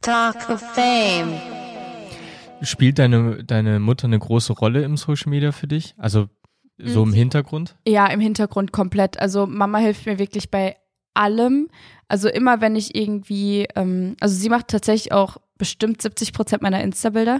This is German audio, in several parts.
Talk of Fame. Spielt deine Mutter eine große Rolle im Social Media für dich? Also so im Hintergrund? Ja, im Hintergrund komplett. Also Mama hilft mir wirklich bei allem. Also immer, wenn ich irgendwie, also sie macht tatsächlich auch bestimmt 70% meiner Insta-Bilder.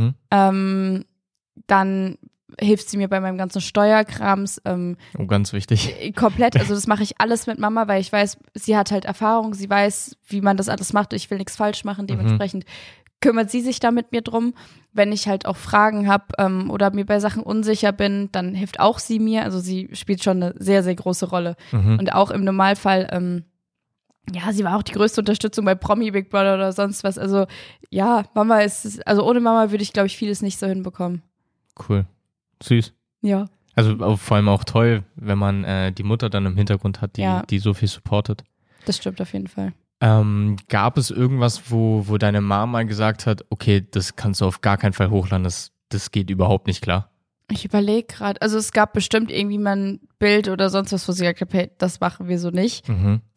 Dann hilft sie mir bei meinem ganzen Steuerkrams. Ganz wichtig. Komplett, also das mache ich alles mit Mama, weil ich weiß, sie hat halt Erfahrung, sie weiß, wie man das alles macht. Ich will nichts falsch machen, dementsprechend kümmert sie sich da mit mir drum. Wenn ich halt auch Fragen habe oder mir bei Sachen unsicher bin, dann hilft auch sie mir. Also sie spielt schon eine sehr, sehr große Rolle. Und auch im Normalfall, ja, sie war auch die größte Unterstützung bei Promi Big Brother oder sonst was. Also ja, Mama ist, also ohne Mama würde ich, glaube ich, vieles nicht so hinbekommen. Cool. Süß. Ja. Also vor allem auch toll, wenn man die Mutter dann im Hintergrund hat, die so viel supportet. Das stimmt auf jeden Fall. Gab es irgendwas, wo deine Mama gesagt hat, okay, das kannst du auf gar keinen Fall hochladen, das geht überhaupt nicht klar? Ich überlege gerade, also es gab bestimmt irgendwie mal ein Bild oder sonst was, wo sie gesagt hat, hey, das machen wir so nicht.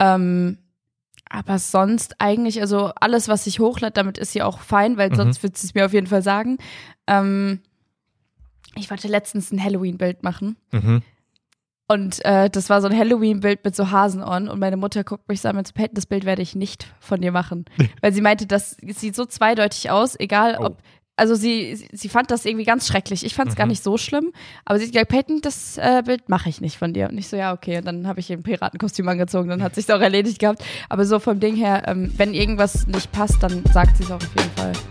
Aber sonst eigentlich, also alles, was ich hochlade, damit ist sie auch fein, weil sonst wird sie es mir auf jeden Fall sagen. Ich wollte letztens ein Halloween-Bild machen. Und das war so ein Halloween-Bild mit so Hasenohren und meine Mutter guckt mich so an und so, Peyton, das Bild werde ich nicht von dir machen. Weil sie meinte, das sieht so zweideutig aus, egal ob, also sie fand das irgendwie ganz schrecklich. Ich fand es gar nicht so schlimm, aber sie hat gesagt, Peyton, das Bild mache ich nicht von dir. Und ich so, ja, okay. Und dann habe ich ihr ein Piratenkostüm angezogen, dann hat sich's auch erledigt gehabt. Aber so vom Ding her, wenn irgendwas nicht passt, dann sagt sie es auch auf jeden Fall.